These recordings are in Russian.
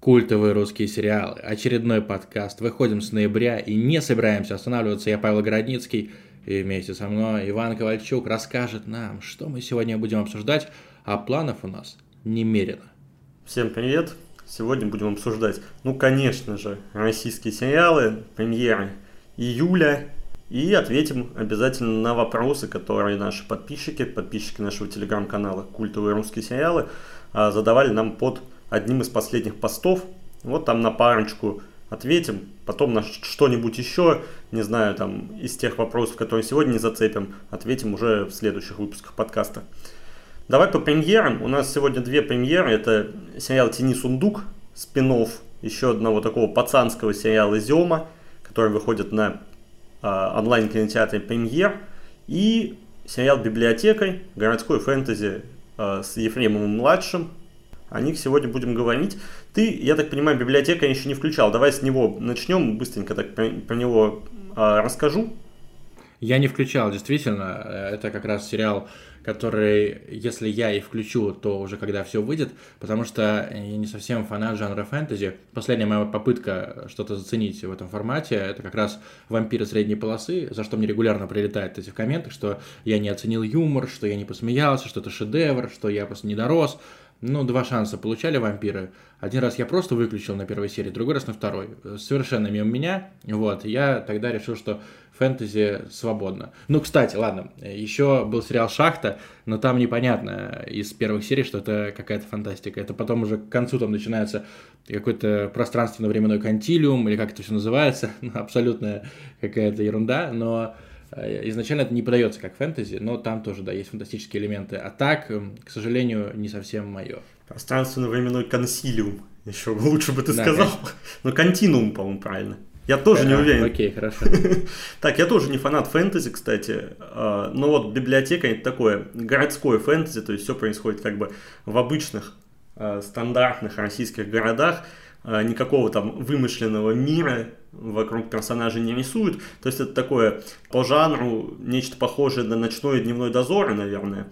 Культовые русские сериалы. Очередной подкаст. Выходим с ноября и не собираемся останавливаться. Я Павел Городницкий и вместе со мной Иван Ковальчук расскажет нам, что мы сегодня будем обсуждать, а планов у нас немерено. Всем привет! Сегодня будем обсуждать, конечно же, российские сериалы, премьеры июля. И ответим обязательно на вопросы, которые наши подписчики нашего телеграм-канала «Культовые русские сериалы» задавали нам под одним из последних постов. Вот там на парочку ответим, потом на что-нибудь еще, не знаю, там из тех вопросов, которые сегодня не зацепим, ответим уже в следующих выпусках подкаста. Давай по премьерам. У нас сегодня две премьеры. Это сериал «Тени Сундук», спин-офф еще одного такого пацанского сериала «Зема», который выходит на онлайн-кинотеатре «Премьер», и сериал «Библиотекарь», городской фэнтези с Ефремовым-младшим. О них сегодня будем говорить. Ты, я так понимаю, «Библиотекарь» еще не включал. Давай с него начнем, быстренько так про него расскажу. Я не включал, действительно. Это как раз сериал, который, если я и включу, то уже когда все выйдет, потому что я не совсем фанат жанра фэнтези. Последняя моя попытка что-то заценить в этом формате, это как раз «Вампиры средней полосы», за что мне регулярно прилетают эти в комментах, что я не оценил юмор, что я не посмеялся, что это шедевр, что я просто не дорос. Два шанса получали «Вампиры». Один раз я просто выключил на первой серии, другой раз на второй. Совершенно мимо меня. Я тогда решил, что фэнтези свободно. Кстати, ладно, еще был сериал «Шахта», но там непонятно из первых серий, что это какая-то фантастика. Это потом уже к концу там начинается какой-то пространственно-временной контилиум, или как это все называется, абсолютная какая-то ерунда, но изначально это не подается как фэнтези, но там тоже, да, есть фантастические элементы. А так, к сожалению, не совсем мое. Пространственно-временной консилиум. Еще лучше бы ты сказал. Континуум, по-моему, правильно. Я тоже не уверен. Окей, хорошо. Так, я тоже не фанат фэнтези, кстати. Но «Библиотека» — это такое городское фэнтези, то есть все происходит как бы в обычных стандартных российских городах. Никакого там вымышленного мира вокруг персонажей не рисуют. То есть это такое по жанру нечто похожее на «Ночной и дневной дозор», наверное.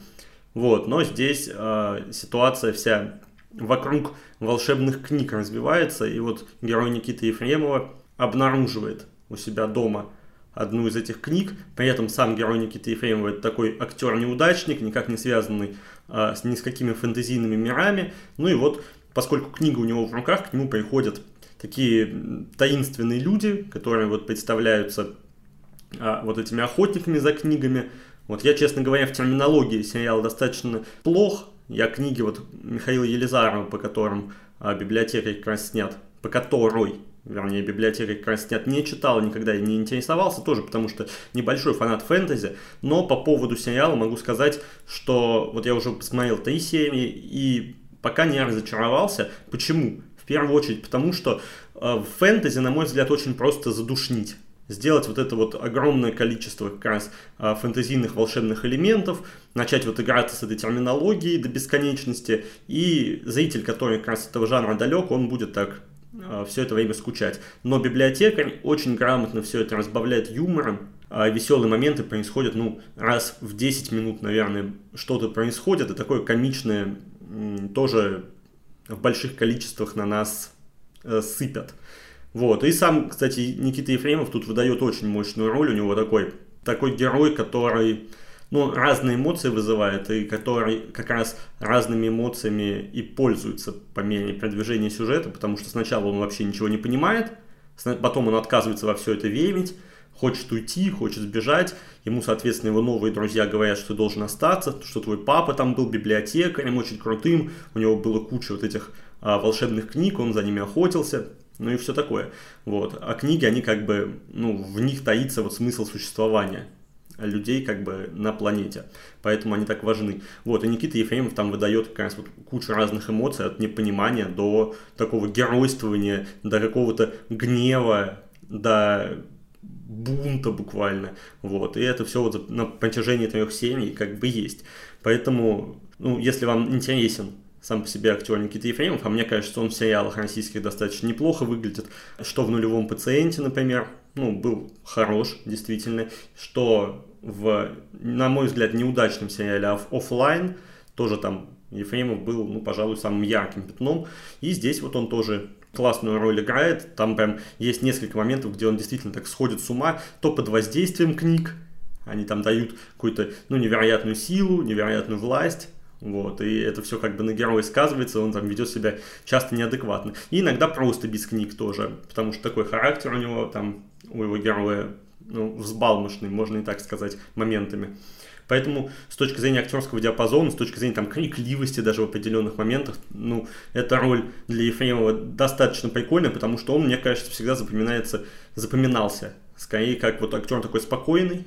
Но здесь ситуация вся вокруг волшебных книг развивается. И герой Никиты Ефремова обнаруживает у себя дома одну из этих книг. При этом сам герой Никиты Ефремова — это такой актер-неудачник, никак не связанный ни с какими фэнтезийными мирами. Поскольку книга у него в руках, к нему приходят такие таинственные люди, которые представляются этими охотниками за книгами. Я, честно говоря, в терминологии сериала достаточно плох. Я книги Михаила Елизарова, по которым «Библиотекарь» как раз снят, «Библиотекарь» как раз снят, не читал, никогда и не интересовался, тоже потому что небольшой фанат фэнтези. Но по поводу сериала могу сказать, что я уже посмотрел 3 серии и пока не разочаровался. Почему? В первую очередь потому, что в фэнтези, на мой взгляд, очень просто задушнить. Сделать это огромное количество как раз фэнтезийных волшебных элементов, начать играться с этой терминологией до бесконечности, и зритель, который как раз от этого жанра далек, он будет так все это время скучать. Но «Библиотекарь» очень грамотно все это разбавляет юмором. Веселые моменты происходят, раз в 10 минут, наверное, что-то происходит, и такое комичное тоже в больших количествах на нас сыпят. И сам, кстати, Никита Ефремов тут выдает очень мощную роль. У него такой герой, который разные эмоции вызывает, и который как раз разными эмоциями и пользуется по мере продвижения сюжета, потому что сначала он вообще ничего не понимает, потом он отказывается во все это верить, хочет уйти, хочет сбежать. Ему, соответственно, его новые друзья говорят, что ты должен остаться, что твой папа там был библиотекарем, очень крутым, у него было куча этих волшебных книг, он за ними охотился, и все такое. А книги, они в них таится смысл существования людей на планете. Поэтому они так важны. И Никита Ефремов там выдает как раз кучу разных эмоций, от непонимания до такого геройствования, до какого-то гнева, до бунта буквально. И это все на протяжении 3 серий есть. Поэтому, если вам интересен сам по себе актер Никита Ефремов, а мне кажется, он в сериалах российских достаточно неплохо выглядит, что в «Нулевом пациенте», например, был хорош, действительно, что в, на мой взгляд, неудачном сериале «Оффлайн» тоже там Ефремов был, ну, пожалуй, самым ярким пятном. И здесь вот он тоже классную роль играет. Там прям есть несколько моментов, где он действительно так сходит с ума, то под воздействием книг. Они там дают какую-то, ну, невероятную силу, невероятную власть. Вот, и это все как бы на герое сказывается, он там ведет себя часто неадекватно. И иногда просто без книг тоже, потому что такой характер у него, там, у его героя, ну, взбалмошный, можно и так сказать, моментами. Поэтому с точки зрения актерского диапазона, с точки зрения там крикливости даже в определенных моментах, ну, эта роль для Ефремова достаточно прикольная, потому что он, мне кажется, всегда запоминался. Скорее, как вот актер такой спокойный,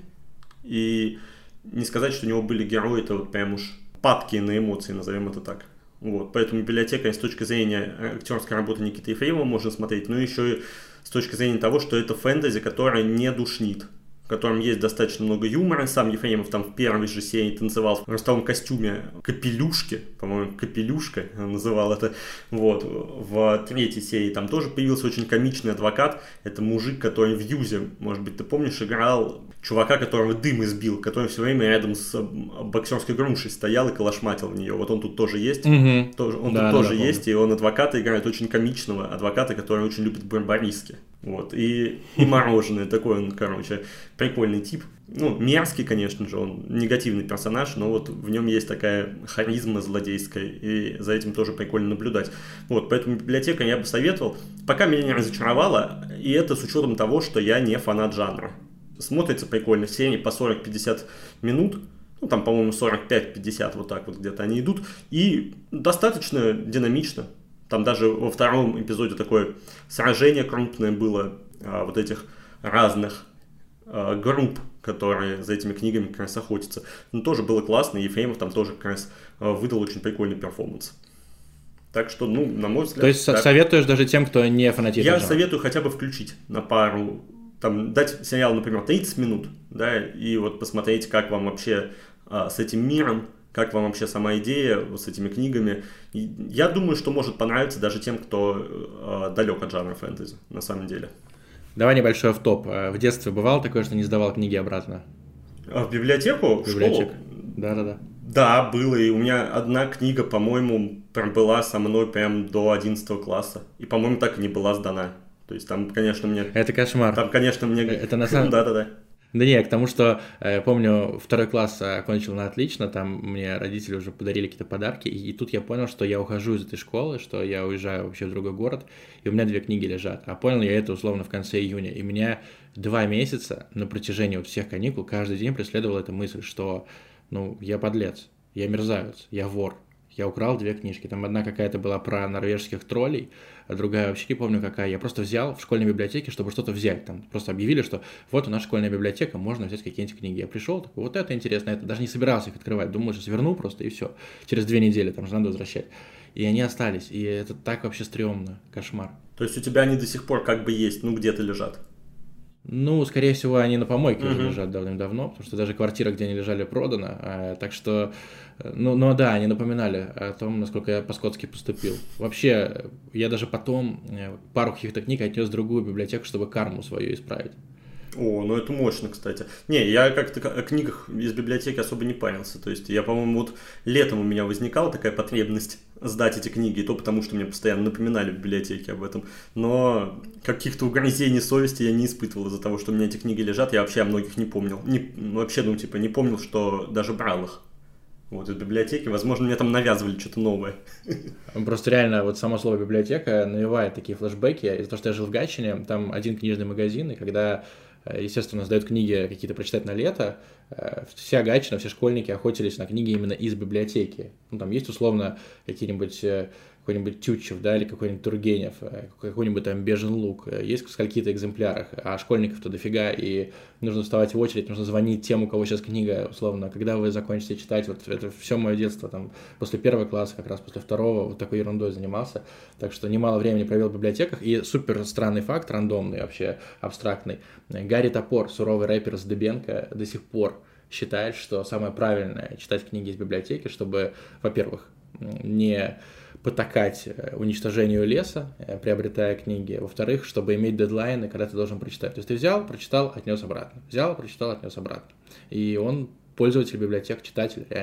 и не сказать, что у него были герои-то вот прям уж падкие на эмоции, назовем это так. Вот, поэтому «Библиотека» с точки зрения актерской работы Никиты Ефремова можно смотреть, но еще и с точки зрения того, что это фэнтези, которое не душнит, в котором есть достаточно много юмора. Сам Ефремов там в первой же серии танцевал в ростовом костюме капелюшки, по-моему, капелюшка называл это. Вот. В третьей серии там тоже появился очень комичный адвокат. Это мужик, который в «Юзе», может быть, ты помнишь, играл чувака, которого дым избил, который все время рядом с боксерской грушей стоял и калашматил в нее. Вот он тут тоже есть. Он тут тоже есть, и он адвоката играет, очень комичного адвоката, который очень любит барбариски. Вот, и мороженое, такой он, короче, прикольный тип. Ну, мерзкий, конечно же, он негативный персонаж, но вот в нем есть такая харизма злодейская, и за этим тоже прикольно наблюдать. Вот, поэтому «Библиотека» я бы советовал. Пока меня не разочаровало, и это с учетом того, что я не фанат жанра. Смотрится прикольно, серии по 40-50 минут, ну, там, по-моему, 45-50, вот так вот где-то они идут, и достаточно динамично. Там даже во втором эпизоде такое сражение крупное было вот этих разных групп, которые за этими книгами как раз охотятся. Но тоже было классно, и Ефремов там тоже как раз выдал очень прикольный перформанс. Так что, ну, на мой взгляд... То есть так. Советуешь даже тем, кто не фанатеет? Я советую хотя бы включить на пару, там, дать сериал, например, 30 минут, да, и вот посмотреть, как вам вообще с этим миром, как вам вообще сама идея с этими книгами. Я думаю, что может понравиться даже тем, кто далек от жанра фэнтези, на самом деле. Давай небольшой автоп. В детстве бывало такое, что не сдавал книги обратно? В библиотеку? В школу? Да. Да, было. И у меня одна книга, по-моему, прям была со мной прям до 11 класса. И, по-моему, так и не была сдана. То есть там, конечно, мне... Это кошмар. Там, конечно, мне... Это на самом... Да. Да не, к тому, что, помню, 2 класс окончил на отлично, там мне родители уже подарили какие-то подарки, и тут я понял, что я ухожу из этой школы, что я уезжаю вообще в другой город, и у меня 2 книги лежат. А понял я это условно в конце июня, и меня 2 месяца на протяжении вот всех каникул каждый день преследовала эта мысль, что, ну, я подлец, я мерзавец, я вор. Я украл 2 книжки. Там одна какая-то была про норвежских троллей, а другая вообще не помню какая. Я просто взял в школьной библиотеке, чтобы что-то взять. Там просто объявили, что вот у нас школьная библиотека, можно взять какие-нибудь книги. Я пришел, такой, вот это интересно, это даже не собирался их открывать. Думаю, что сверну просто и все. Через 2 недели, там же надо возвращать. И они остались. И это так вообще стрёмно. Кошмар. То есть у тебя они до сих пор как бы есть, ну где-то лежат? Ну, скорее всего, они на помойке уже лежат давным-давно, потому что даже квартира, где они лежали, продана. Так что, ну да, они напоминали о том, насколько я по-скотски поступил. Вообще, я даже потом пару каких-то книг отнес в другую библиотеку, чтобы карму свою исправить. О, ну это мощно, кстати. Не, я как-то о книгах из библиотеки особо не парился. То есть я, по-моему, вот летом у меня возникала такая потребность сдать эти книги, и то потому, что мне постоянно напоминали в библиотеке об этом. Но каких-то угрызений совести я не испытывал из-за того, что у меня эти книги лежат. Я вообще о многих не помнил. Вообще, ну, типа, не помнил, что даже брал их. Вот из библиотеки, возможно, мне там навязывали что-то новое. Просто реально, вот само слово библиотека навевает такие флешбеки. Из-за того, что я жил в Гатчине, там один книжный магазин, и когда, естественно, сдают книги какие-то прочитать на лето, вся Гатчина, все школьники охотились на книги именно из библиотеки. Ну, там есть, условно, какой-нибудь Тютчев, да, или какой-нибудь Тургенев, какой-нибудь там Бежин лук, есть в скольких-то экземплярах, а школьников-то дофига, и нужно вставать в очередь, нужно звонить тем, у кого сейчас книга, условно, когда вы закончите читать, вот это все мое детство, там, после 1 класса, как раз после 2, вот такой ерундой занимался, так что немало времени провел в библиотеках, и супер странный факт, рандомный вообще, абстрактный, Гарри Топор, суровый рэпер с Дыбенко, до сих пор считает, что самое правильное читать книги из библиотеки, чтобы, во-первых, не потакать уничтожению леса, приобретая книги. Во-вторых, чтобы иметь дедлайны, когда ты должен прочитать. То есть ты взял, прочитал, отнес обратно. Взял, прочитал, отнес обратно. И он пользователь библиотек, читатель, реально.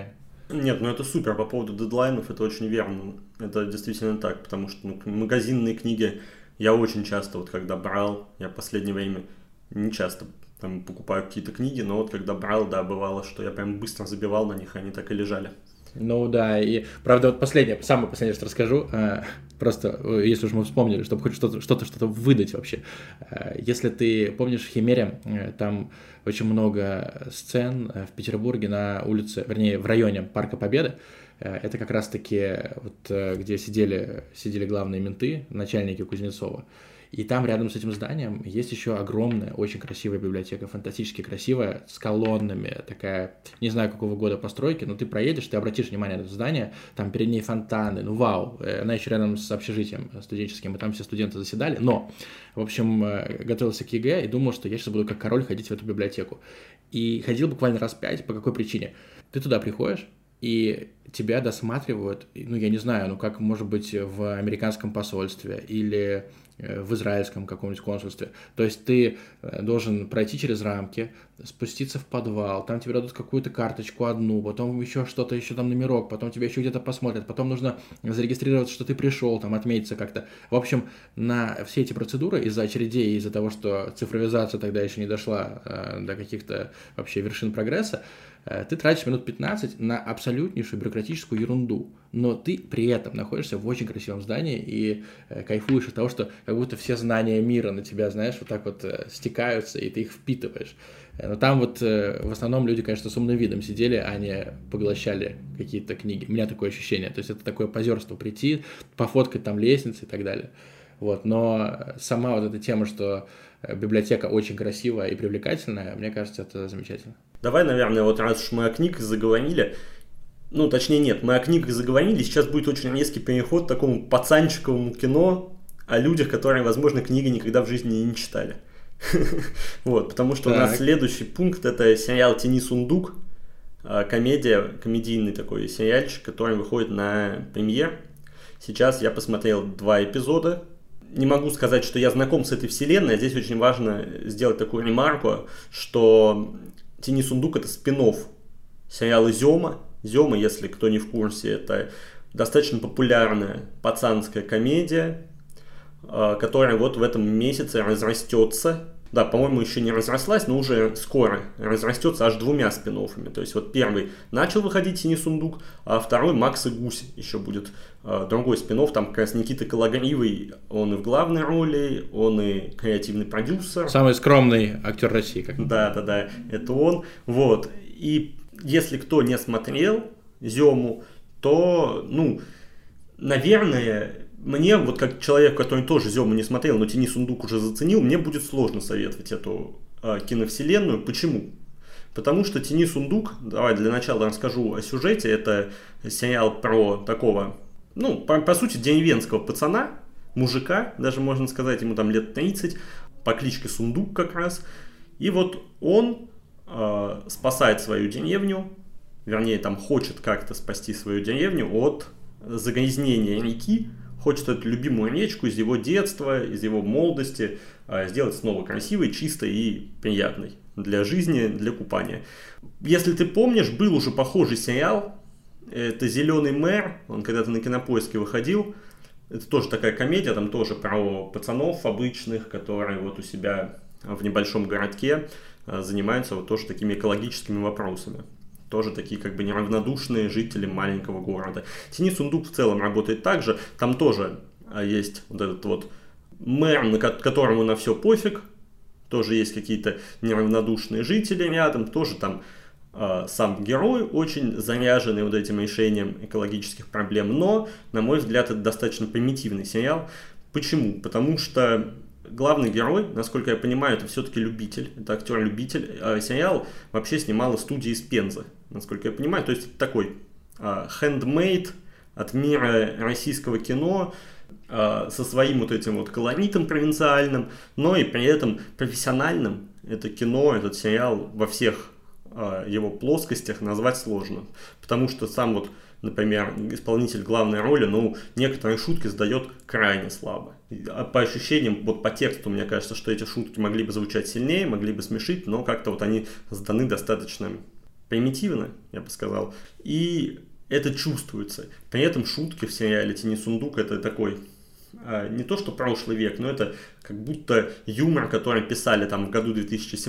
Нет, ну это супер по поводу дедлайнов, это очень верно. Это действительно так, потому что магазинные книги я очень часто, вот когда брал, я в последнее время не часто там покупаю какие-то книги, но вот когда брал, да, бывало, что я прям быстро забивал на них, они так и лежали. Ну да, и правда, вот самое последнее, что расскажу, просто, если уж мы вспомнили, чтобы хоть что-то выдать вообще. Если ты помнишь в Химере, там очень много сцен в Петербурге на улице, вернее, в районе Парка Победы. Это как раз-таки вот где сидели главные менты, начальники Кузнецова. И там рядом с этим зданием есть еще огромная, очень красивая библиотека, фантастически красивая, с колоннами, такая, не знаю какого года постройки, но ты проедешь, ты обратишь внимание на это здание, там перед ней фонтаны, ну вау, она еще рядом с общежитием студенческим, и там все студенты заседали, но, в общем, готовился к ЕГЭ и думал, что я сейчас буду как король ходить в эту библиотеку. И ходил буквально раз 5, по какой причине? Ты туда приходишь, и тебя досматривают, ну, я не знаю, ну, как, может быть, в американском посольстве или в израильском каком-нибудь консульстве. То есть ты должен пройти через рамки, спуститься в подвал, там тебе дадут какую-то карточку одну, потом еще что-то, еще там номерок, потом тебя еще где-то посмотрят, потом нужно зарегистрироваться, что ты пришел, там отметиться как-то. В общем, на все эти процедуры из-за очередей, из-за того, что цифровизация тогда еще не дошла до каких-то вообще вершин прогресса, ты тратишь минут 15 на абсолютнейшую бюрократическую ерунду, но ты при этом находишься в очень красивом здании и кайфуешь от того, что как будто все знания мира на тебя, знаешь, вот так вот стекаются, и ты их впитываешь. Но там вот в основном люди, конечно, с умным видом сидели, а не поглощали какие-то книги. У меня такое ощущение. То есть это такое позерство прийти, пофоткать там лестницы и так далее. Вот. Но сама вот эта тема, что библиотека очень красивая и привлекательная, мне кажется, это замечательно. Давай, наверное, вот раз уж мы о книгах заговорили, ну, точнее, нет, мы о книгах заговорили, сейчас будет очень резкий переход к такому пацанчиковому кино о людях, которые, возможно, книги никогда в жизни не читали. Вот, потому что у нас следующий пункт — это сериал «Тени Сундук», комедийный такой сериальчик, который выходит на премьер. Сейчас я посмотрел 2 эпизода. Не могу сказать, что я знаком с этой вселенной, а здесь очень важно сделать такую ремарку, что «Тени Сундук» — это спин-офф сериала «Зема». «Зема», если кто не в курсе, это достаточно популярная пацанская комедия, которая вот в этом месяце разрастется. Да, по-моему, еще не разрослась, но уже скоро разрастется аж 2 спин-оффами. То есть вот первый начал выходить «Тени Сундук», а второй «Макс и Гусь» еще будет другой спин-офф. Там как раз Никита Кологривый, он и в главной роли, он и креативный продюсер. Самый скромный актер России. Да, это он. Вот. И если кто не смотрел «Зему», то, ну, наверное, мне, вот как человек, который тоже «Зему» не смотрел, но «Тени Сундук» уже заценил, мне будет сложно советовать эту киновселенную. Почему? Потому что «Тени Сундук», давай для начала расскажу о сюжете, это сериал про такого, ну, по сути, деревенского пацана, мужика, даже можно сказать, ему там лет 30, по кличке Сундук как раз. И вот он спасает свою деревню, вернее, там хочет как-то спасти свою деревню от загрязнения реки, хочет эту любимую речку из его детства, из его молодости сделать снова красивой, чистой и приятной для жизни, для купания. Если ты помнишь, был уже похожий сериал, это «Зеленый мэр», он когда-то на Кинопоиске выходил. Это тоже такая комедия, там тоже про пацанов обычных, которые вот у себя в небольшом городке занимаются вот тоже такими экологическими вопросами. Тоже такие как бы неравнодушные жители маленького города. «Тени Сундук» в целом работает так же. Там тоже есть вот этот вот мэр, которому на все пофиг. Тоже есть какие-то неравнодушные жители рядом. Тоже там сам герой очень заряженный вот этим решением экологических проблем. Но, на мой взгляд, это достаточно примитивный сериал. Почему? Потому что главный герой, насколько я понимаю, это все-таки любитель, это актер-любитель. Сериал вообще снимала студия из Пензы, насколько я понимаю. То есть это такой handmade от мира российского кино, со своим вот этим вот колоритом провинциальным, но и при этом профессиональным. Это кино, этот сериал во всех его плоскостях назвать сложно. Потому что сам вот, например, исполнитель главной роли, ну, некоторые шутки задает крайне слабо. По ощущениям, вот по тексту, мне кажется, что эти шутки могли бы звучать сильнее, могли бы смешить, но как-то вот они сданы достаточно примитивно, я бы сказал, и это чувствуется. При этом шутки в сериале «Тени Сундука» — это такой, не то что прошлый век, но это как будто юмор, который писали там в году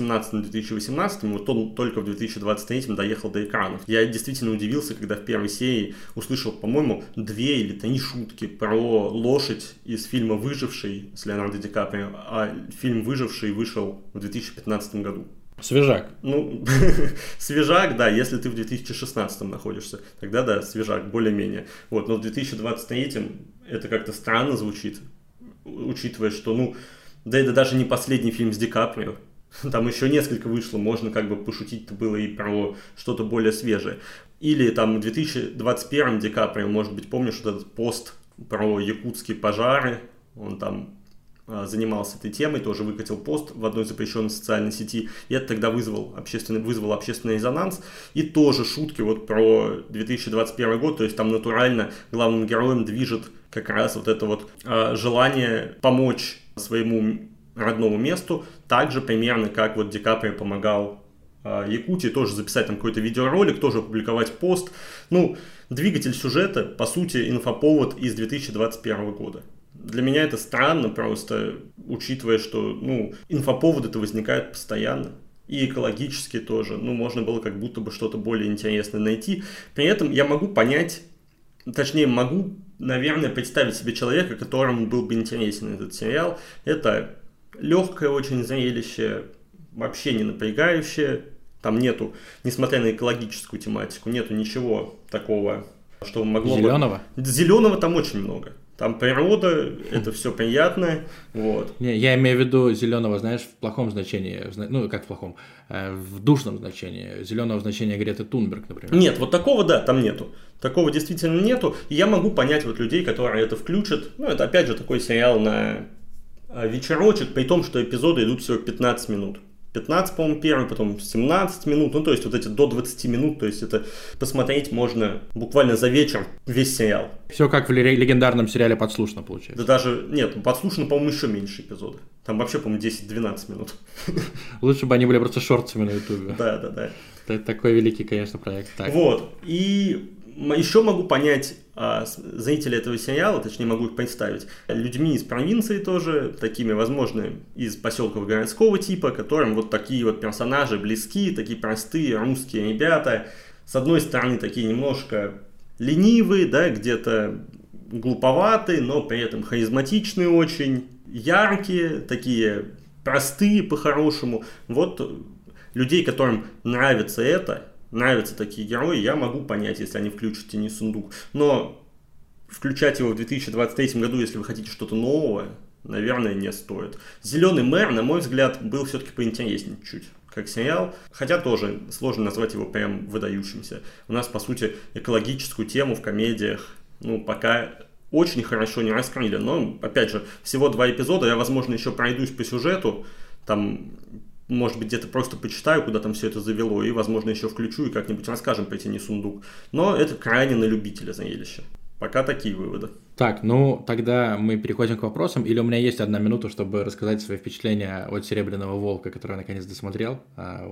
2017-2018, вот он только в 2023 доехал до экранов. Я действительно удивился, когда в первой серии услышал, по-моему, 2 или 3 шутки про лошадь из фильма «Выживший» с Леонардо Ди Каприо, а фильм «Выживший» вышел в 2015 году. Свежак. Ну, свежак, да, если ты в 2016 находишься, тогда да, свежак, более-менее. Вот, но в 2023 это как-то странно звучит, учитывая, что, ну, да это даже не последний фильм с Ди Каприо. Там еще несколько вышло, можно как бы пошутить было и про что-то более свежее. Или там в 2021 Ди Каприо, может быть, помнишь вот этот пост про якутские пожары, он там занимался этой темой, тоже выкатил пост в одной запрещенной социальной сети, и это тогда вызвал общественный резонанс, и тоже шутки вот про 2021 год, то есть там натурально главным героем движет как раз вот это вот желание помочь своему родному месту, так же примерно как вот Ди Каприо помогал Якутии, тоже записать там какой-то видеоролик, тоже опубликовать пост. Ну, двигатель сюжета, по сути, инфоповод из 2021 года. Для меня это странно просто, учитывая, что, ну, инфоповоды-то возникают постоянно. И экологически тоже. Ну, можно было как будто бы что-то более интересное найти. При этом я могу понять, точнее, могу, наверное, представить себе человека, которому был бы интересен этот сериал. Это легкое очень зрелище, вообще не напрягающее. Там нету, несмотря на экологическую тематику, нету ничего такого, что могло Зеленого? бы... Зеленого там очень много. Там природа, это все приятно, вот. Не, я имею в виду зеленого, знаешь, в плохом значении, ну, как в плохом, в душном значении, зеленого значения Греты Тунберг, например. Нет, вот такого, да, там нету. Такого действительно нету, и я могу понять вот людей, которые это включат. Ну, это опять же такой сериал на вечерочек, при том, что эпизоды идут всего 15 минут. 15, по-моему, первый, потом 17 минут, ну, то есть вот эти до 20 минут, то есть это посмотреть можно буквально за вечер весь сериал. Все как в легендарном сериале «Подслушно» получается. Да даже, нет, «Подслушно», по-моему, еще меньше эпизоды. Там вообще, по-моему, 10-12 минут. Лучше бы они были просто шортами на ютубе. Да. Это такой великий, конечно, проект. Так. Вот, и еще могу понять зрителей этого сериала, точнее могу их представить, людьми из провинции тоже, такими, возможно, из поселков городского типа, которым вот такие вот персонажи близки, такие простые русские ребята, с одной стороны такие немножко ленивые, да, где-то глуповатые, но при этом харизматичные очень, яркие, такие простые по-хорошему. Вот людей, которым нравится это, нравятся такие герои, я могу понять, если они включат «Тени Сундук». Но включать его в 2023 году, если вы хотите что-то новое, наверное, не стоит. «Зеленый мэр», на мой взгляд, был все-таки поинтереснее чуть, как сериал. Хотя тоже сложно назвать его прям выдающимся. У нас, по сути, экологическую тему в комедиях, ну, пока очень хорошо не раскрыли. Но, опять же, всего 2 эпизода. Я, возможно, еще пройдусь по сюжету. Там... Может быть, где-то просто почитаю, куда там все это завело, и, возможно, еще включу и как-нибудь расскажем про «Тени Сундук». Но это крайне на любителя зрелища. Пока такие выводы. Так, ну тогда мы переходим к вопросам. Или у меня есть 1 минута, чтобы рассказать свои впечатления от «Серебряного волка», который я наконец досмотрел,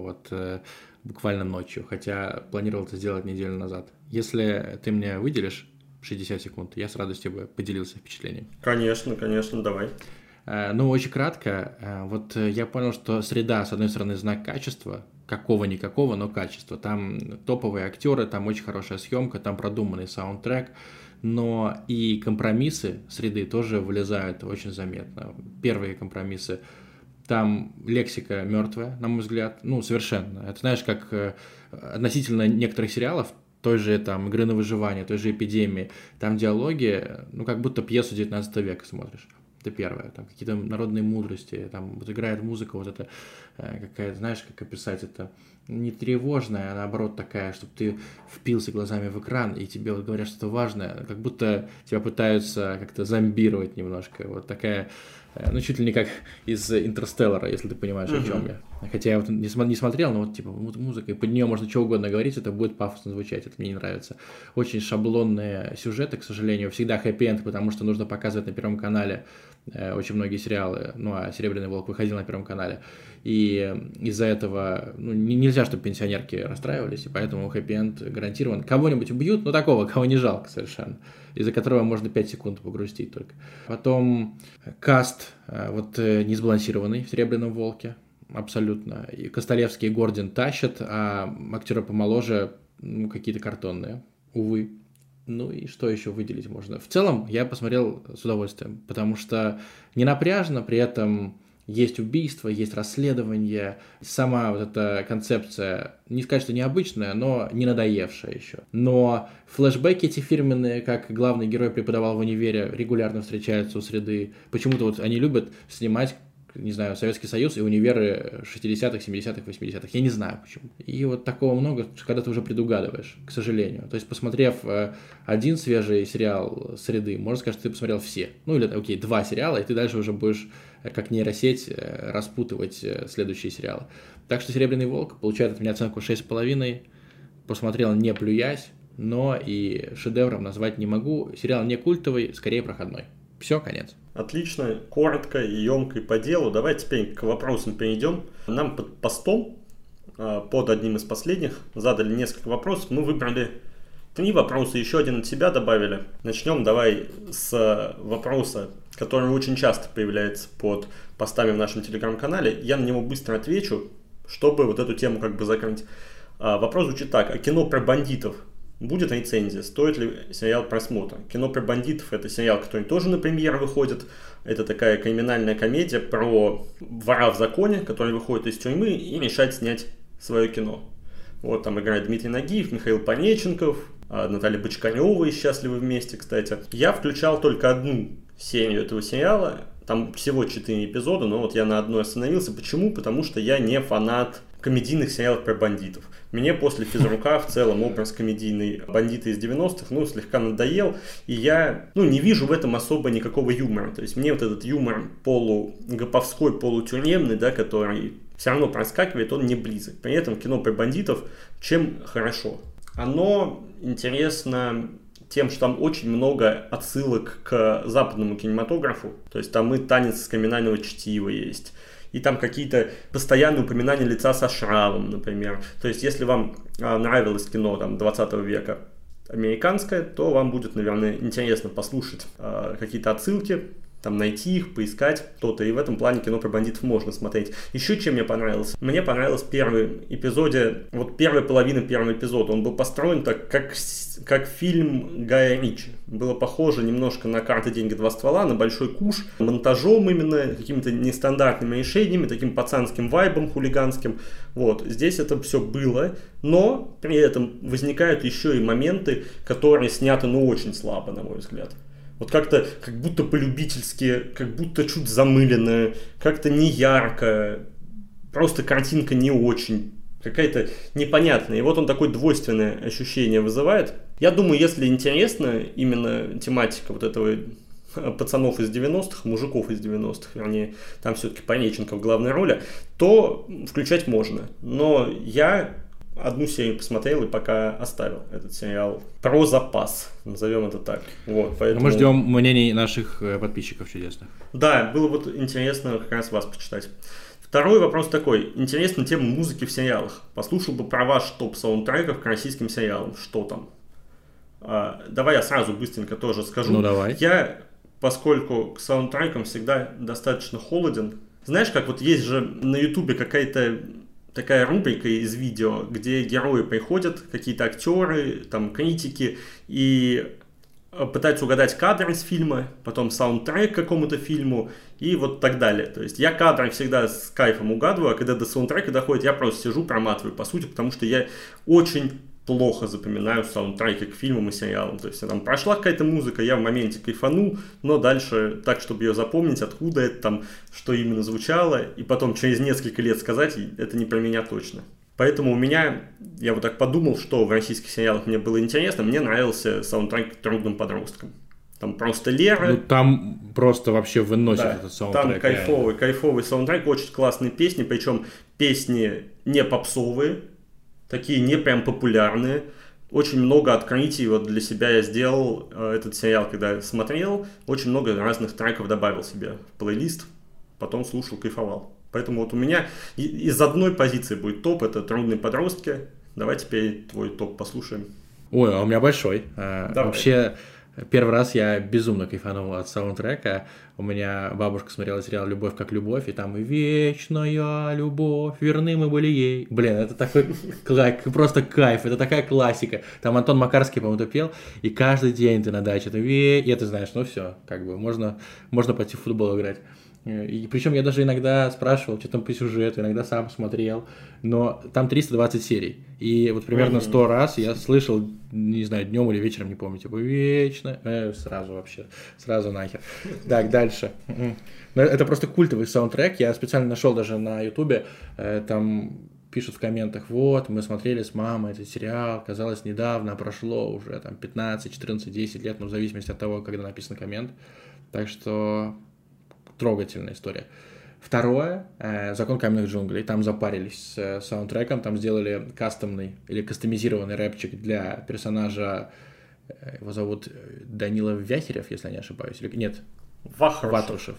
буквально ночью, хотя планировал это сделать неделю назад. Если ты мне выделишь 60 секунд, я с радостью бы поделился впечатлениями. Конечно, давай. Ну, очень кратко. Вот я понял, что «Среда», с одной стороны, знак качества, какого-никакого, но качества. Там топовые актеры, там очень хорошая съемка, там продуманный саундтрек, но и компромиссы «Среды» тоже вылезают очень заметно. Первые компромиссы. Там лексика мертвая, на мой взгляд, ну, совершенно. Это, знаешь, как относительно некоторых сериалов, той же там «Игры на выживание», той же «Эпидемии», там диалоги, ну, как будто пьесу 19 века смотришь. Это первое, там какие-то народные мудрости, там вот играет музыка, вот это какая-то, знаешь, как описать это, не тревожная, а наоборот такая, чтобы ты впился глазами в экран, и тебе вот говорят что-то важное, как будто тебя пытаются как-то зомбировать немножко, вот такая, ну, чуть ли не как из «Интерстеллара», если ты понимаешь, о чем я. Хотя я вот не смотрел, но вот типа музыка, и под нее можно что угодно говорить, это будет пафосно звучать, это мне не нравится. Очень шаблонные сюжеты, к сожалению, всегда хэппи-энд, потому что нужно показывать на Первом канале очень многие сериалы, ну, а «Серебряный волк» выходил на Первом канале, и из-за этого нельзя, чтобы пенсионерки расстраивались, и поэтому хэппи-энд гарантирован. Кого-нибудь убьют, но такого, кого не жалко совершенно, из-за которого можно 5 секунд погрустить только. Потом каст несбалансированный в «Серебряном волке», абсолютно. И Костолевский и Гордин тащат, а актеры помоложе какие-то картонные, увы. Ну и что еще выделить можно? В целом я посмотрел с удовольствием, потому что не напряжно, при этом есть убийство, есть расследование. Сама вот эта концепция, не сказать, что необычная, но не надоевшая еще. Но флешбеки эти фирменные, как главный герой преподавал в универе, регулярно встречаются у среды. Почему-то вот они любят снимать, не знаю, Советский Союз и универы 60-х, 70-х, 80-х. Я не знаю почему. И вот такого много, когда ты уже предугадываешь, к сожалению. То есть, посмотрев один свежий сериал «Среды», можно сказать, что ты посмотрел все. Ну, или, окей, 2 сериала, и ты дальше уже будешь, как нейросеть, распутывать следующие сериалы. Так что «Серебряный волк» получает от меня оценку 6,5. Посмотрел, не плюясь, но и шедевром назвать не могу. Сериал не культовый, скорее проходной. Все, конец. Отлично, коротко и емко и по делу. Давай теперь к вопросам перейдем. Нам под постом, под одним из последних, задали несколько вопросов. Мы выбрали 3 вопроса, еще один от себя добавили. Начнем давай с вопроса, который очень часто появляется под постами в нашем телеграм-канале. Я на него быстро отвечу, чтобы вот эту тему как бы закрыть. Вопрос звучит так. А кино про бандитов будет рецензия? Стоит ли сериал просмотра? «Кино про бандитов» — это сериал, который тоже на премьеру выходит. Это такая криминальная комедия про вора в законе, который выходит из тюрьмы и решает снять свое кино. Вот там играет Дмитрий Нагиев, Михаил Понеченков, Наталья Бочкарева из «Счастливы вместе», кстати. Я включал только одну серию этого сериала. Там всего 4 эпизода, но вот я на одной остановился. Почему? Потому что я не фанат комедийных сериалов про бандитов. Мне после «Физрука» в целом образ комедийный бандита из 90-х, слегка надоел, и я, не вижу в этом особо никакого юмора. То есть мне вот этот юмор полугаповской, полутюремный, да, который все равно проскакивает, он не близок. При этом кино про бандитов чем хорошо? Оно интересно тем, что там очень много отсылок к западному кинематографу. То есть там и танец с криминального чтива есть. И там какие-то постоянные упоминания лица со шрамом, например. То есть, если вам нравилось кино 20 века американское, то вам будет, наверное, интересно послушать какие-то отсылки, найти их, поискать то-то. И в этом плане кино про бандитов можно смотреть. Еще чем мне понравилось? Мне понравилось в первом эпизоде, первая половина первого эпизода. Он был построен так, как фильм Гая Ричи. Было похоже немножко на «Карты, деньги, два ствола», на «Большой куш». Монтажом именно, какими-то нестандартными решениями, таким пацанским вайбом хулиганским. Вот, здесь это все было, но при этом возникают еще и моменты, которые сняты, очень слабо, на мой взгляд. Вот как-то, как будто полюбительски, как будто чуть замыленная, как-то не ярко, просто картинка не очень, какая-то непонятная. И вот он такое двойственное ощущение вызывает. Я думаю, если интересна именно тематика вот этого пацанов из 90-х, мужиков из 90-х, вернее, там все-таки Понеченко в главной роли, то включать можно. Но я одну серию посмотрел и пока оставил этот сериал про запас, назовем это так. Вот, поэтому... Мы ждем мнений наших подписчиков чудесных. Да, было бы интересно как раз вас почитать. Второй вопрос такой. Интересна тема музыки в сериалах. Послушал бы про ваш топ саундтреков к российским сериалам. Что там? Давай я сразу быстренько тоже скажу. Давай. Я, поскольку к саундтрекам всегда достаточно холоден. Знаешь, как вот есть же на Ютубе какая-то такая рубрика из видео, где герои приходят, какие-то актеры, критики, и пытаются угадать кадр из фильма, потом саундтрек к какому-то фильму и вот так далее. То есть я кадры всегда с кайфом угадываю, а когда до саундтрека доходит, я просто сижу, проматываю, по сути, потому что я очень плохо запоминаю саундтреки к фильмам и сериалам. То есть там прошла какая-то музыка, я в моменте кайфанул, но дальше так, чтобы ее запомнить, откуда это что именно звучало, и потом через несколько лет сказать, это не про меня точно. Поэтому у меня, я вот так подумал, что в российских сериалах мне было интересно, мне нравился саундтрек «Трудным подросткам». Там просто Лера. Там просто вообще выносит этот саундтрек. Там кайфовый саундтрек, очень классные песни, причем песни не попсовые, такие не прям популярные, очень много открытий вот для себя я сделал этот сериал, когда смотрел. Очень много разных треков добавил себе в плейлист. Потом слушал, кайфовал. Поэтому вот у меня из одной позиции будет топ. Это «Трудные подростки». Давай теперь твой топ послушаем. Ой, а у меня большой. Давай. Вообще, первый раз я безумно кайфанул от саундтрека. У меня бабушка смотрела сериал «Любовь как любовь», и там «Вечная любовь, верны мы были ей». Блин, это такой просто кайф, это такая классика. Там Антон Макарский, по-моему, пел, и каждый день ты на даче, и ты знаешь, ну все, как бы можно пойти в футбол играть. И причем я даже иногда спрашивал, что там по сюжету, иногда сам смотрел, но там 320 серий. И вот примерно 100 раз я слышал, не знаю, днем или вечером, не помню, типа «Вечно», сразу нахер. Так, дальше. Это просто культовый саундтрек, я специально нашел даже на ютубе, там пишут в комментах: вот, мы смотрели с мамой этот сериал, казалось, недавно, прошло уже там 15, 14, 10 лет, ну, в зависимости от того, когда написан коммент. Так что трогательная история. Второе, «Закон каменных джунглей». Там запарились с саундтреком, там сделали кастомный или кастомизированный рэпчик для персонажа, его зовут Данила Вяхерев, если я не ошибаюсь, или нет? Вахрушев,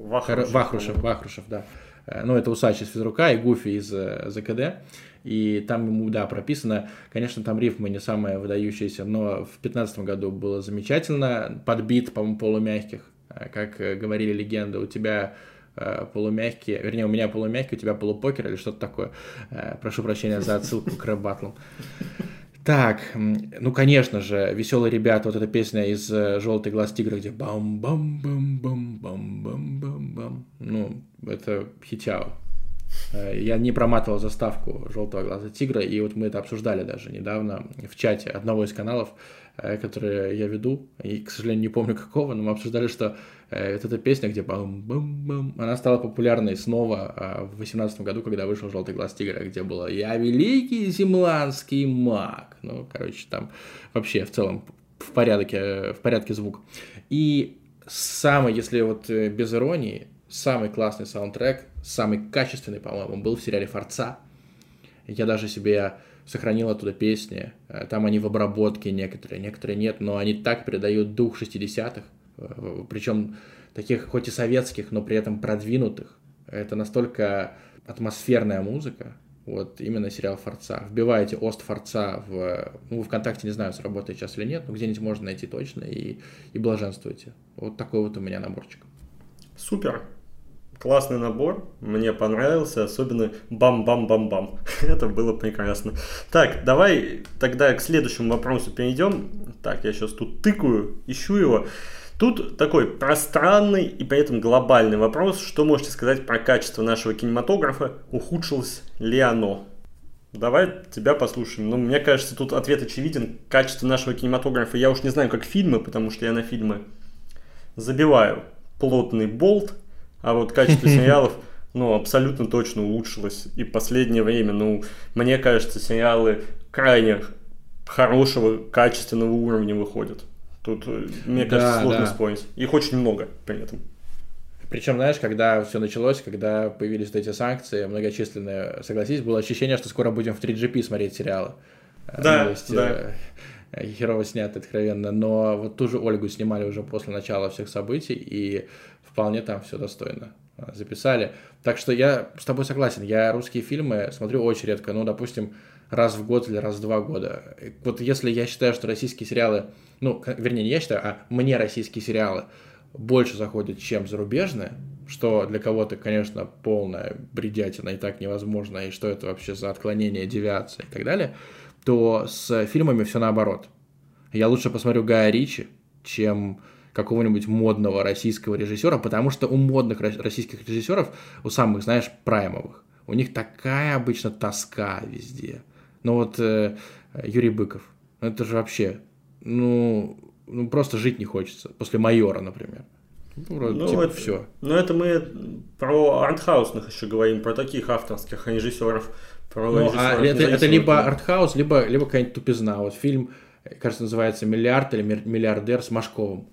да. Ну, это Усач из «Физрука» и Гуфи из ЗКД. И там ему, да, прописано, конечно, там рифмы не самые выдающиеся, но в 2015 году было замечательно, подбит, по-моему, полумягких. Как говорили легенды, у тебя полумягкие, вернее, у меня полумягкий, у тебя полупокер или что-то такое. Прошу прощения за отсылку к рэп-баттлам. Так, ну, конечно же, «Веселые ребята», вот эта песня из «Желтый глаз тигра», где бам-бам-бам-бам-бам-бам-бам. Ну, это хитяо. Я не проматывал заставку «Желтого глаза тигра», и вот мы это обсуждали даже недавно в чате одного из каналов, которые я веду, и, к сожалению, не помню какого, но мы обсуждали, что вот эта песня, где бам-бам-бам, она стала популярной снова в 2018 году, когда вышел «Желтый глаз тигра», где было «Я великий землянский маг». Ну, короче, там вообще в целом в порядке звук. И самый, если вот без иронии, самый классный саундтрек, самый качественный, по-моему, был в сериале «Форца». Я даже себе сохранил оттуда песни. Там они в обработке некоторые нет, но они так передают дух 60-х, причем таких хоть и советских, но при этом продвинутых. Это настолько атмосферная музыка. Вот именно сериал «Форца». Вбиваете «Ост Форца» в ВКонтакте, не знаю, сработает сейчас или нет, но где-нибудь можно найти точно и блаженствуйте. Вот такой вот у меня наборчик. Супер. Классный набор, мне понравился, особенно бам-бам-бам-бам. Это было прекрасно. Так, давай тогда к следующему вопросу перейдем. Так, я сейчас тут тыкаю, ищу его. Тут такой пространный и при этом глобальный вопрос. Что можете сказать про качество нашего кинематографа? Ухудшилось ли оно? Давай тебя послушаем. Ну, мне кажется, тут ответ очевиден. Качество нашего кинематографа, я уж не знаю, как фильмы, потому что я на фильмы забиваю плотный болт. А вот качество сериалов, ну, абсолютно точно улучшилось. И в последнее время, ну, мне кажется, сериалы крайне хорошего, качественного уровня выходят. Тут, мне кажется, сложно спорить. Их очень много при этом. Причем, знаешь, когда все началось, когда появились вот эти санкции многочисленные, согласись, было ощущение, что скоро будем в 3GP смотреть сериалы. Да, то есть, да. Херово снято, откровенно. Но вот ту же Ольгу снимали уже после начала всех событий, и вполне там все достойно записали. Так что я с тобой согласен. Я русские фильмы смотрю очень редко. Ну, допустим, раз в год или раз в 2 года. Вот если я считаю, что российские сериалы, ну, вернее, не я считаю, а мне российские сериалы больше заходят, чем зарубежные, что для кого-то, конечно, полная бредятина и так невозможно, и что это вообще за отклонение, девиация и так далее, то с фильмами все наоборот. Я лучше посмотрю Гая Ричи, чем какого-нибудь модного российского режиссера, потому что у модных российских режиссеров, у самых, знаешь, праймовых, у них такая обычно тоска везде. Ну вот Юрий Быков, это же вообще, ну просто жить не хочется. После «Майора», например. Это все. Но это мы про артхаусных еще говорим, про таких авторских режиссеров. Это либо артхаус, либо какая-нибудь тупизна. Вот фильм, кажется, называется «Миллиард» или «Миллиардер» с Машковым.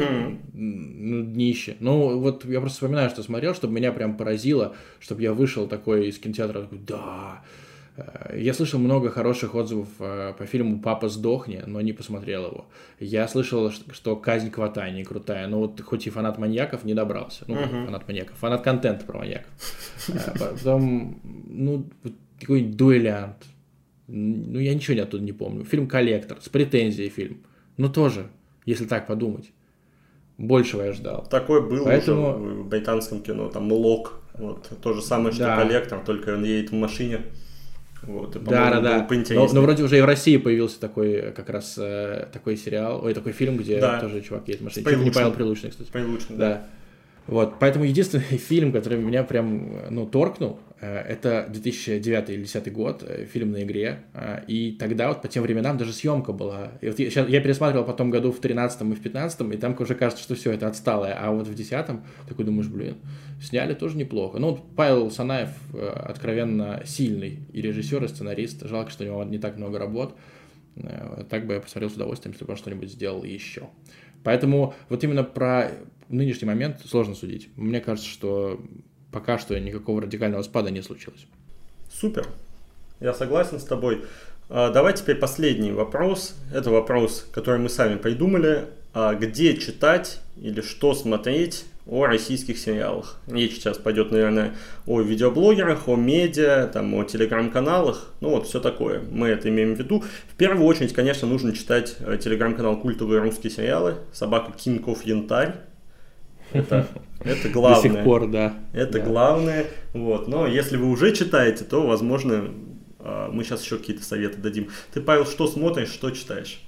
Ну, днище. Ну, вот я просто вспоминаю, что смотрел, чтобы меня прям поразило, чтобы я вышел такой из кинотеатра, такой, да, Я слышал много хороших отзывов по фильму «Папа, сдохни», но не посмотрел его. Я слышал, что «Казнь к Ватане» крутая, но вот хоть и фанат маньяков, не добрался. Ну, фанат маньяков, фанат контента про маньяков. Потом, какой-нибудь «Дуэлянт». Ну, я ничего оттуда не помню. Фильм «Коллектор», с претензией фильм. Ну, тоже, если так подумать. Большего я ждал. Такой был уже в британском кино, там «Лок». Вот, то же самое, что «Коллектор», только он едет в машине. Вот, и, да. Но вроде уже и в России появился такой, как раз, такой сериал, такой фильм, где тоже чувак едет в машине. Чуть не Павел Прилучный, кстати. Прилучный, да. Вот, поэтому единственный фильм, который меня прям, торкнул, это 2009 или 2010 год, фильм «На игре», и тогда вот по тем временам даже съемка была. И вот я пересматривал потом году в 13-м и в 15-м, и там уже кажется, что все, это отсталое, а вот в 10-м такой думаешь, сняли тоже неплохо. Ну, вот Павел Санаев откровенно сильный и режиссер, и сценарист, жалко, что у него не так много работ, так бы я посмотрел с удовольствием, если бы он что-нибудь сделал еще. Поэтому вот именно про нынешний момент сложно судить. Мне кажется, что пока что никакого радикального спада не случилось. Супер. Я согласен с тобой. Давай теперь последний вопрос. Это вопрос, который мы сами придумали. Где читать или что смотреть о российских сериалах? Речь сейчас пойдет, наверное, о видеоблогерах, о медиа, о телеграм-каналах. Ну вот, все такое. Мы это имеем в виду. В первую очередь, конечно, нужно читать телеграм-канал «Культовые русские сериалы». Собака Кинков Янтарь. Это главное. До сих пор, да. Это главное. Вот. Но если вы уже читаете, то, возможно, мы сейчас еще какие-то советы дадим. Ты, Павел, что смотришь, что читаешь?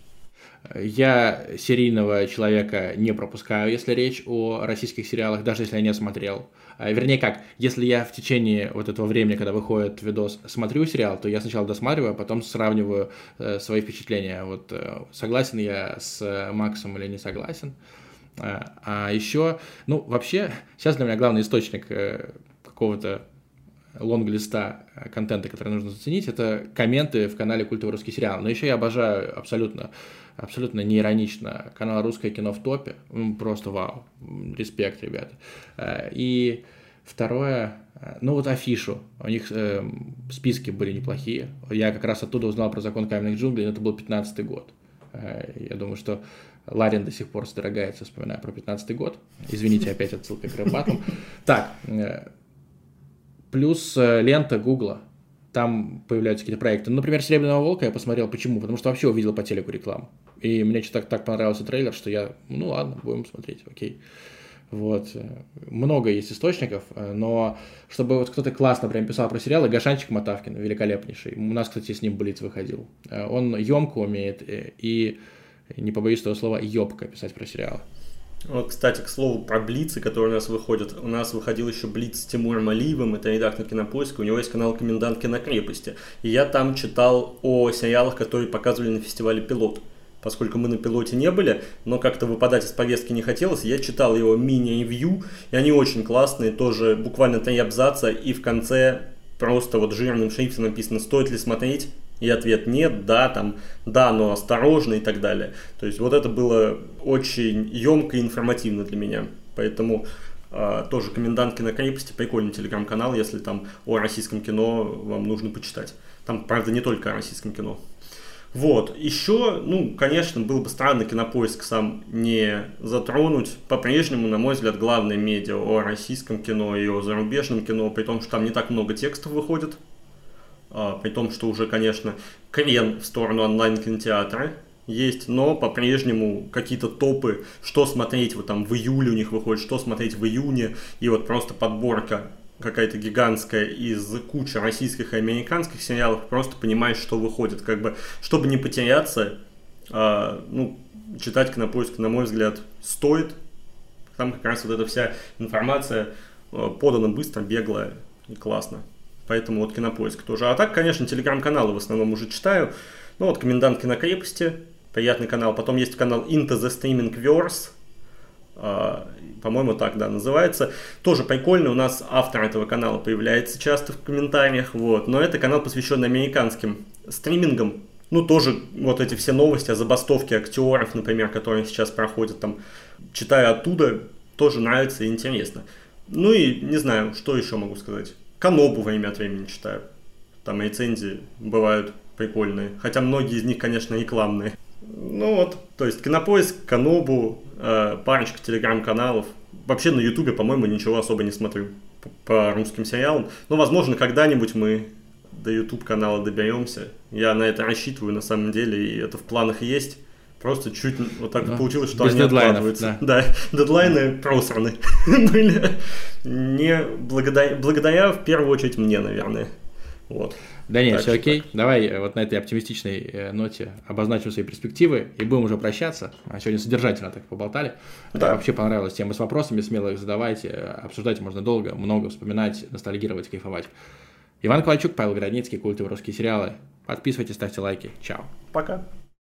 Я серийного человека не пропускаю, если речь о российских сериалах, даже если я не смотрел. Вернее как, если я в течение вот этого времени, когда выходит видос, смотрю сериал, то я сначала досматриваю, а потом сравниваю свои впечатления. Вот согласен я с Максом или не согласен. А еще, вообще, сейчас для меня главный источник какого-то лонглиста контента, который нужно заценить, это комменты в канале «Культовый русский сериал». Но еще я обожаю абсолютно неиронично канал «Русское кино в топе». Просто вау. Респект, ребята. И второе, афишу. У них списки были неплохие. Я как раз оттуда узнал про «Закон каменных джунглей», но это был 15-й год. Я думаю, что Ларин до сих пор содрогается, вспоминая про 15-й год. Извините, опять отсылка к рэп-батлам. Так, плюс лента Гугла. Там появляются какие-то проекты. Например, «Серебряного волка» я посмотрел. Почему? Потому что вообще увидел по телеку рекламу. И мне что-то так понравился трейлер, что я, ладно, будем смотреть, окей. Вот. Много есть источников, но чтобы вот кто-то классно прям писал про сериалы, Гошанчик Матавкин, великолепнейший. У нас, кстати, с ним Блиц выходил. Он емко умеет и, не побоюсь этого слова, ёбко писать про сериалы. Вот, кстати, к слову про Блицы, которые у нас выходят. У нас выходил еще Блиц с Тимуром Алиевым, это редактор «Кинопоиска», у него есть канал «Комендант кинокрепости». И я там читал о сериалах, которые показывали на фестивале «Пилот». Поскольку мы на «Пилоте» не были, но как-то выпадать из повестки не хотелось, я читал его мини-ревью, и они очень классные, тоже буквально 3 абзаца, и в конце просто вот жирным шрифтом написано, стоит ли смотреть, и ответ нет, да, но осторожно и так далее. То есть вот это было очень емко и информативно для меня, поэтому тоже «Комендант кинокрепости», прикольный телеграм-канал, если там о российском кино вам нужно почитать. Там, правда, не только о российском кино. Вот, еще, конечно, было бы странно «Кинопоиск» сам не затронуть. По-прежнему, на мой взгляд, главное медиа о российском кино и о зарубежном кино, при том, что там не так много текстов выходит, при том, что уже, конечно, крен в сторону онлайн-кинотеатра есть, но по-прежнему какие-то топы, что смотреть вот там в июле у них выходит, что смотреть в июне, и вот просто подборка какая-то гигантская из кучи российских и американских сериалов, просто понимаешь, что выходит. Как бы, чтобы не потеряться, читать «Кинопоиск», на мой взгляд, стоит. Там как раз вот эта вся информация подана быстро, бегло и классно. Поэтому вот «Кинопоиск» тоже. А так, конечно, телеграм-каналы в основном уже читаю. Вот «Комендант кинокрепости», приятный канал. Потом есть канал Into the Streaming Verse. По-моему, так, да, называется. Тоже прикольно, у нас автор этого канала появляется часто в комментариях, вот. Но это канал, посвященный американским стримингам. Тоже вот эти все новости о забастовке актеров, например, которые сейчас проходят там, читаю оттуда, тоже нравится и интересно. И не знаю, что еще могу сказать. Канобу время от времени читаю. там рецензии бывают прикольные. Хотя многие из них, конечно, рекламные. Ну вот, то есть Кинопоиск, Канобу, парочка телеграм-каналов. Вообще на Ютубе, по-моему, ничего особо не смотрю по русским сериалам. Но, возможно, когда-нибудь мы до YouTube-канала доберемся. Я на это рассчитываю, на самом деле, и это в планах есть. Просто чуть вот так получилось, что они откладываются. Да, дедлайны просраны были. Не благодаря, в первую очередь, мне, наверное. Вот. Да нет, все окей. Давай вот на этой оптимистичной ноте обозначим свои перспективы и будем уже прощаться. Сегодня содержательно так поболтали. Да. Вообще понравилась тема с вопросами, смело их задавайте. Обсуждать можно долго, много вспоминать, ностальгировать, кайфовать. Иван Ковальчук, Павел Городницкий, культовые русские сериалы. Подписывайтесь, ставьте лайки. Чао. Пока.